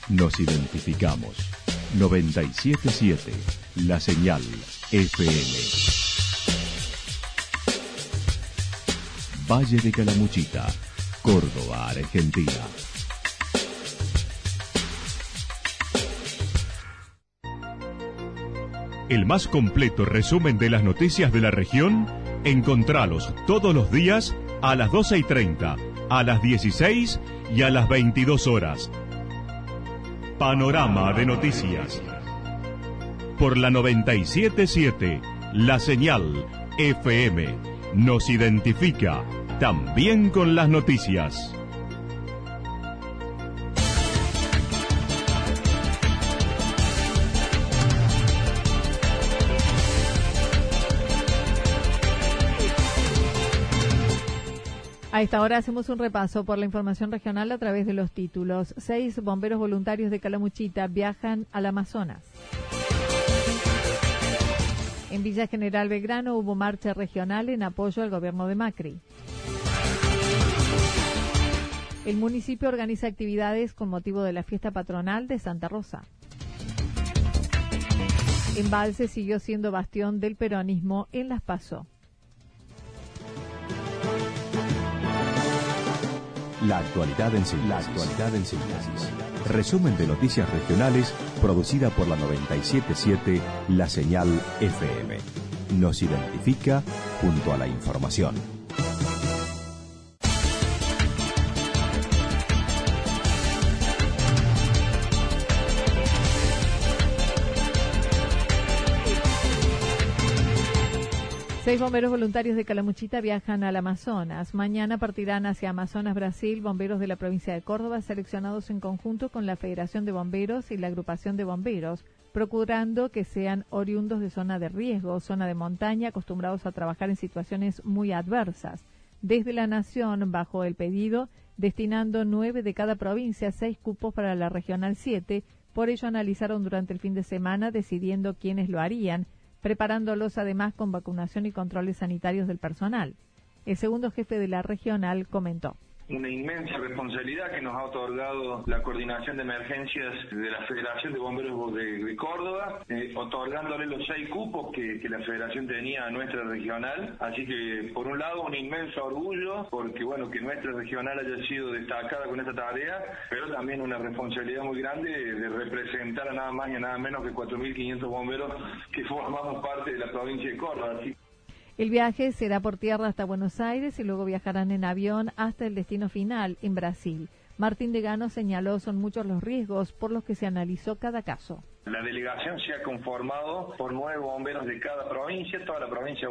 Nos identificamos. 977 La Señal FM. Valle de Calamuchita, Córdoba, Argentina. El más completo resumen de las noticias de la región, encontralos todos los días a las 12:30, a las 16 y a las 22 horas. Panorama de Noticias. Por la 977, La Señal FM. Nos identifica también con las noticias. A esta hora hacemos un repaso por la información regional a través de los títulos. 6 bomberos voluntarios de Calamuchita viajan al Amazonas. En Villa General Belgrano hubo marcha regional en apoyo al gobierno de Macri. El municipio organiza actividades con motivo de la fiesta patronal de Santa Rosa. Embalse siguió siendo bastión del peronismo en Las PASO. La actualidad en síntesis. Resumen de noticias regionales producida por la 977 La Señal FM. Nos identifica junto a la información. Seis bomberos voluntarios de Calamuchita viajan al Amazonas. Mañana partirán hacia Amazonas, Brasil, bomberos de la provincia de Córdoba, seleccionados en conjunto con la Federación de Bomberos y la Agrupación de Bomberos, procurando que sean oriundos de zona de riesgo, zona de montaña, acostumbrados a trabajar en situaciones muy adversas. Desde la Nación, bajo el pedido, destinando 9 de cada provincia, 6 cupos para la Regional 7, por ello analizaron durante el fin de semana, decidiendo quiénes lo harían, preparándolos además con vacunación y controles sanitarios del personal. El segundo jefe de la regional comentó: una inmensa responsabilidad que nos ha otorgado la coordinación de emergencias de la Federación de Bomberos de Córdoba, otorgándole los 6 cupos que la Federación tenía a nuestra regional. Así que, por un lado, un inmenso orgullo, porque bueno, que nuestra regional haya sido destacada con esta tarea, pero también una responsabilidad muy grande de representar a nada más y a nada menos que 4.500 bomberos que formamos parte de la provincia de Córdoba. Así. El viaje será por tierra hasta Buenos Aires y luego viajarán en avión hasta el destino final, en Brasil. Martín Degano señaló son muchos los riesgos por los que se analizó cada caso. La delegación se ha conformado por 9 bomberos de cada provincia, todas las provincias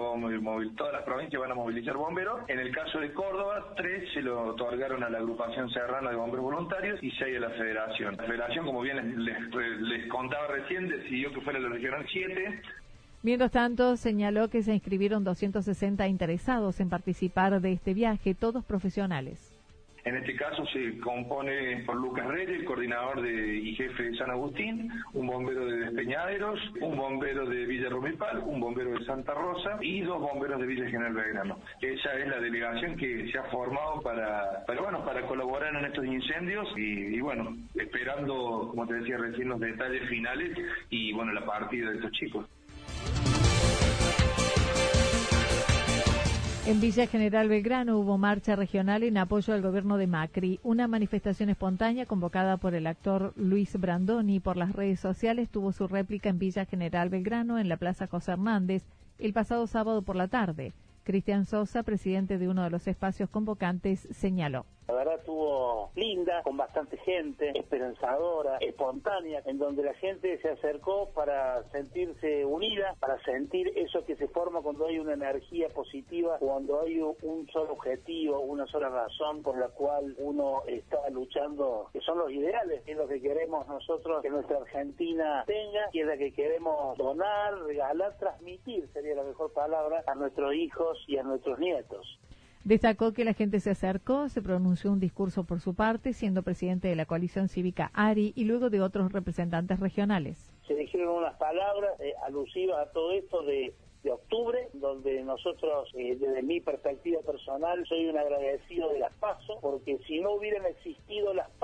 van a movilizar bomberos. En el caso de Córdoba, 3 se lo otorgaron a la agrupación serrana de bomberos voluntarios y 6 a la federación. La federación, como bien les contaba recién, decidió que fuera la regional 7. Mientras tanto, señaló que se inscribieron 260 interesados en participar de este viaje, todos profesionales. En este caso se compone por Lucas Reyes, el coordinador y jefe de San Agustín, un bombero de Despeñaderos, un bombero de Villa Rumipal, un bombero de Santa Rosa y 2 bomberos de Villa General Belgrano. Esa es la delegación que se ha formado para colaborar en estos incendios y bueno, esperando, como te decía recién, los detalles finales y bueno, la partida de estos chicos. En Villa General Belgrano hubo marcha regional en apoyo al gobierno de Macri. Una manifestación espontánea convocada por el actor Luis Brandoni por las redes sociales tuvo su réplica en Villa General Belgrano en la Plaza José Hernández el pasado sábado por la tarde. Cristian Sosa, presidente de uno de los espacios convocantes, señaló: la verdad estuvo linda, con bastante gente, esperanzadora, espontánea, en donde la gente se acercó para sentirse unida, para sentir eso que se forma cuando hay una energía positiva, cuando hay un solo objetivo, una sola razón por la cual uno está luchando, que son los ideales, que es lo que queremos nosotros que nuestra Argentina tenga, y es la que queremos donar, regalar, transmitir, sería la mejor palabra, a nuestros hijos y a nuestros nietos. Destacó que la gente se acercó, se pronunció un discurso por su parte, siendo presidente de la coalición cívica ARI y luego de otros representantes regionales. Se dijeron unas palabras alusivas a todo esto de octubre, donde nosotros, desde mi perspectiva personal, soy un agradecido de las PASO, porque si no hubieran existido las PASO,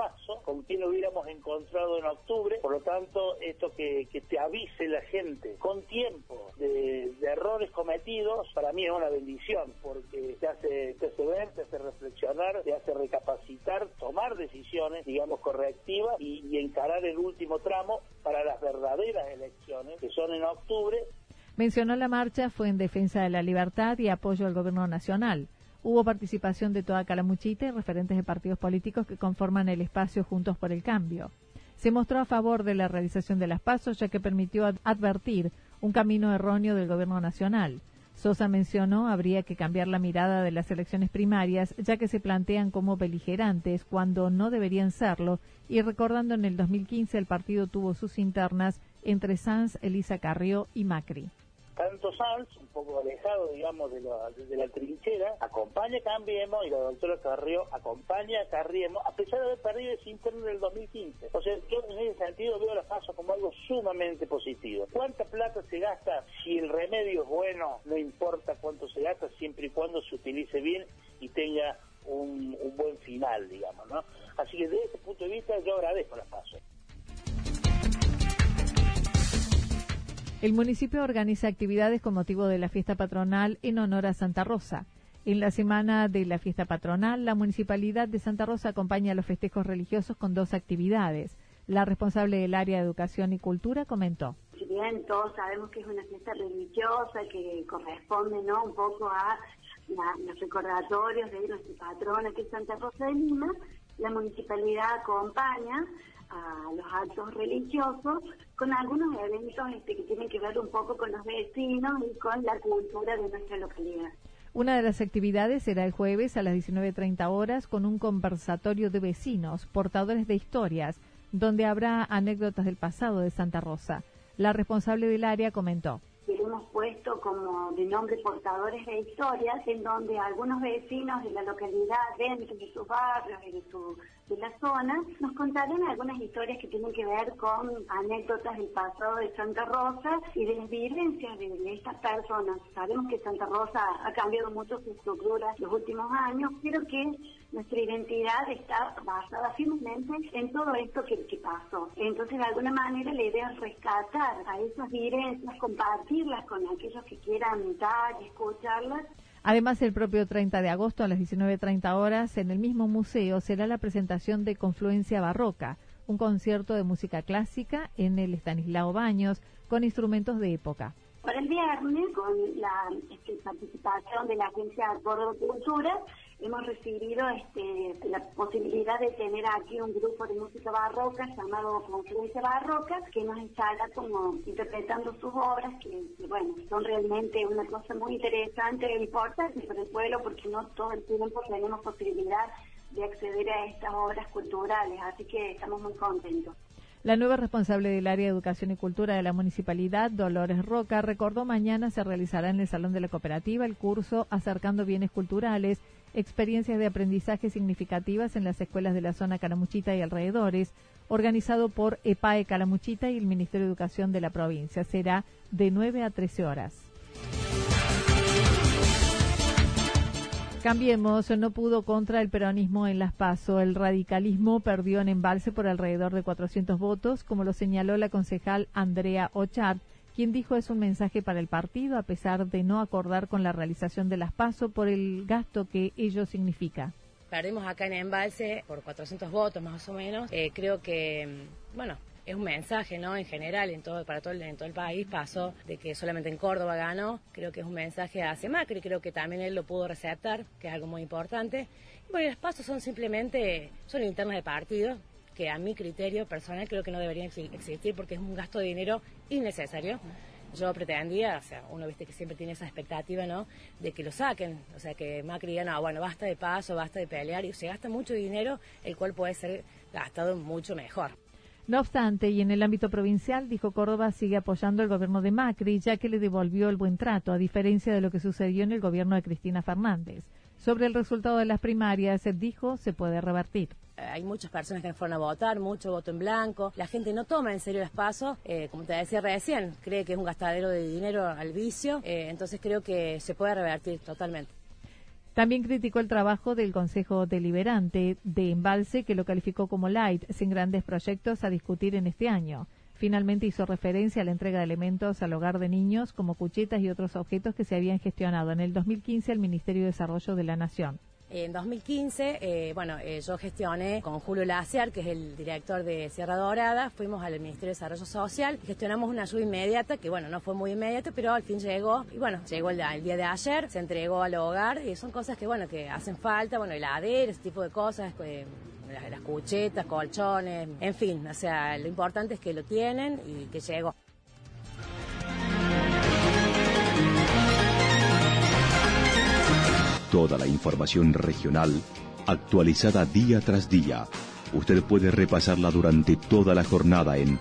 con quién hubiéramos encontrado en octubre. Por lo tanto, esto que te avise la gente con tiempo de errores cometidos, para mí es una bendición, porque te hace ver, te hace reflexionar, te hace recapacitar, tomar decisiones, digamos, correctivas y encarar el último tramo para las verdaderas elecciones, que son en octubre. Mencionó la marcha fue en defensa de la libertad y apoyo al gobierno nacional. Hubo participación de toda Calamuchita y referentes de partidos políticos que conforman el espacio Juntos por el Cambio. Se mostró a favor de la realización de las PASO, ya que permitió advertir un camino erróneo del gobierno nacional. Sosa mencionó habría que cambiar la mirada de las elecciones primarias, ya que se plantean como beligerantes cuando no deberían serlo, y recordando en el 2015 el partido tuvo sus internas entre Sanz, Elisa Carrió y Macri. Tanto Sanz, un poco alejado, digamos, de la trinchera, acompaña a Cambiemos, y la doctora Carrió acompaña a Carriemos, a pesar de haber perdido ese interno en el 2015. O sea, yo en ese sentido veo la PASO como algo sumamente positivo. ¿Cuánta plata se gasta? Si el remedio es bueno, no importa cuánto se gasta, siempre y cuando se utilice bien y tenga un buen final, digamos, ¿no? Así que desde ese punto de vista yo agradezco la PASO. El municipio organiza actividades con motivo de la fiesta patronal en honor a Santa Rosa. En la semana de la fiesta patronal, la Municipalidad de Santa Rosa acompaña a los festejos religiosos con 2 actividades. La responsable del área de Educación y Cultura comentó. Si bien todos sabemos que es una fiesta religiosa que corresponde, ¿no?, un poco a los recordatorios de nuestra patrona, que es Santa Rosa de Lima, la Municipalidad acompaña a los actos religiosos con algunos eventos que tienen que ver un poco con los vecinos y con la cultura de nuestra localidad. Una de las actividades será el jueves a las 19:30 horas con un conversatorio de vecinos, portadores de historias, donde habrá anécdotas del pasado de Santa Rosa. La responsable del área comentó. Hemos puesto como de nombre portadores de historias, en donde algunos vecinos de la localidad, dentro de sus barrios y de la zona, nos contarán algunas historias que tienen que ver con anécdotas del pasado de Santa Rosa y de las vivencias de estas personas. Sabemos que Santa Rosa ha cambiado mucho su estructura los últimos años, pero que nuestra identidad está basada firmemente en todo esto que pasó. Entonces, de alguna manera, la idea es rescatar a esas vivencias, compartirlas con aquellos que quieran dar y escucharlas. Además, el propio 30 de agosto a las 19:30 horas, en el mismo museo, será la presentación de Confluencia Barroca, un concierto de música clásica en el Estanislao Baños con instrumentos de época. Para el viernes, con la participación de la Agencia Córdoba Cultura, hemos recibido la posibilidad de tener aquí un grupo de música barroca llamado Confluencia Barroca, que nos estará como interpretando sus obras, que bueno, son realmente una cosa muy interesante e importante para el pueblo, porque no todo el tiempo tenemos posibilidad de acceder a estas obras culturales, así que estamos muy contentos. La nueva responsable del área de Educación y Cultura de la Municipalidad, Dolores Roca, recordó mañana se realizará en el Salón de la Cooperativa el curso Acercando Bienes Culturales, experiencias de aprendizaje significativas en las escuelas de la zona Calamuchita y alrededores, organizado por EPAE Calamuchita y el Ministerio de Educación de la provincia. Será de 9 a 13 horas. Cambiemos, no pudo contra el peronismo en las PASO. El radicalismo perdió en Embalse por alrededor de 400 votos, como lo señaló la concejal Andrea Ochat, quien dijo es un mensaje para el partido, a pesar de no acordar con la realización de las PASO por el gasto que ello significa. Perdimos acá en Embalse por 400 votos más o menos. Creo que, bueno, es un mensaje, ¿no? En general, en todo el país pasó de que solamente en Córdoba ganó. Creo que es un mensaje hacia Macri, creo que también él lo pudo receptar, que es algo muy importante. Y bueno, las PASO son internas de partido, que a mi criterio personal creo que no deberían existir porque es un gasto de dinero innecesario. Yo pretendía, o sea, uno viste que siempre tiene esa expectativa, ¿no?, de que lo saquen, o sea, que Macri diga, no, bueno, basta de paso, basta de pelear, y se gasta mucho dinero, el cual puede ser gastado mucho mejor. No obstante, y en el ámbito provincial, dijo Córdoba, sigue apoyando el gobierno de Macri, ya que le devolvió el buen trato, a diferencia de lo que sucedió en el gobierno de Cristina Fernández. Sobre el resultado de las primarias, dijo, se puede revertir. Hay muchas personas que no fueron a votar, mucho voto en blanco. La gente no toma en serio las PASO, como te decía recién, cree que es un gastadero de dinero al vicio, entonces creo que se puede revertir totalmente. También criticó el trabajo del Consejo Deliberante de Embalse, que lo calificó como light, sin grandes proyectos a discutir en este año. Finalmente hizo referencia a la entrega de elementos al hogar de niños, como cuchetas y otros objetos que se habían gestionado en el 2015 al Ministerio de Desarrollo de la Nación. En 2015, yo gestioné con Julio Laciar, que es el director de Sierra Dorada, fuimos al Ministerio de Desarrollo Social y gestionamos una ayuda inmediata, que no fue muy inmediata, pero al fin llegó, y llegó el día de ayer, se entregó al hogar, y son cosas que hacen falta, heladera, ese tipo de cosas, las cuchetas, colchones, en fin, lo importante es que lo tienen y que llegó. Toda la información regional actualizada día tras día. Usted puede repasarla durante toda la jornada en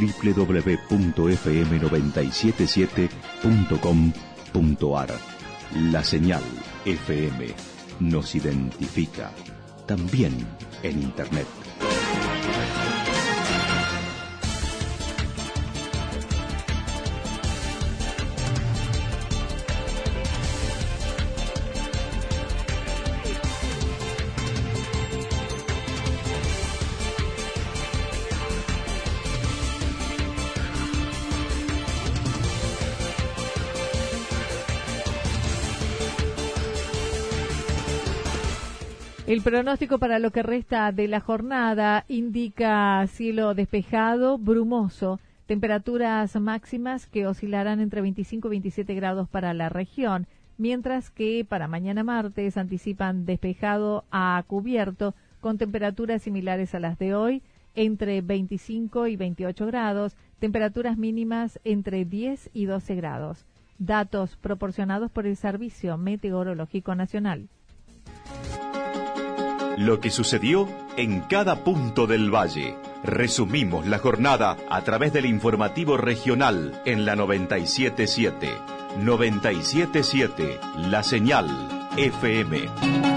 www.fm977.com.ar. La señal FM nos identifica, también en Internet. El pronóstico para lo que resta de la jornada indica cielo despejado, brumoso, temperaturas máximas que oscilarán entre 25 y 27 grados para la región, mientras que para mañana martes anticipan despejado a cubierto con temperaturas similares a las de hoy, entre 25 y 28 grados, temperaturas mínimas entre 10 y 12 grados. Datos proporcionados por el Servicio Meteorológico Nacional. Lo que sucedió en cada punto del valle. Resumimos la jornada a través del informativo regional en la 97.7. 97.7, la señal FM.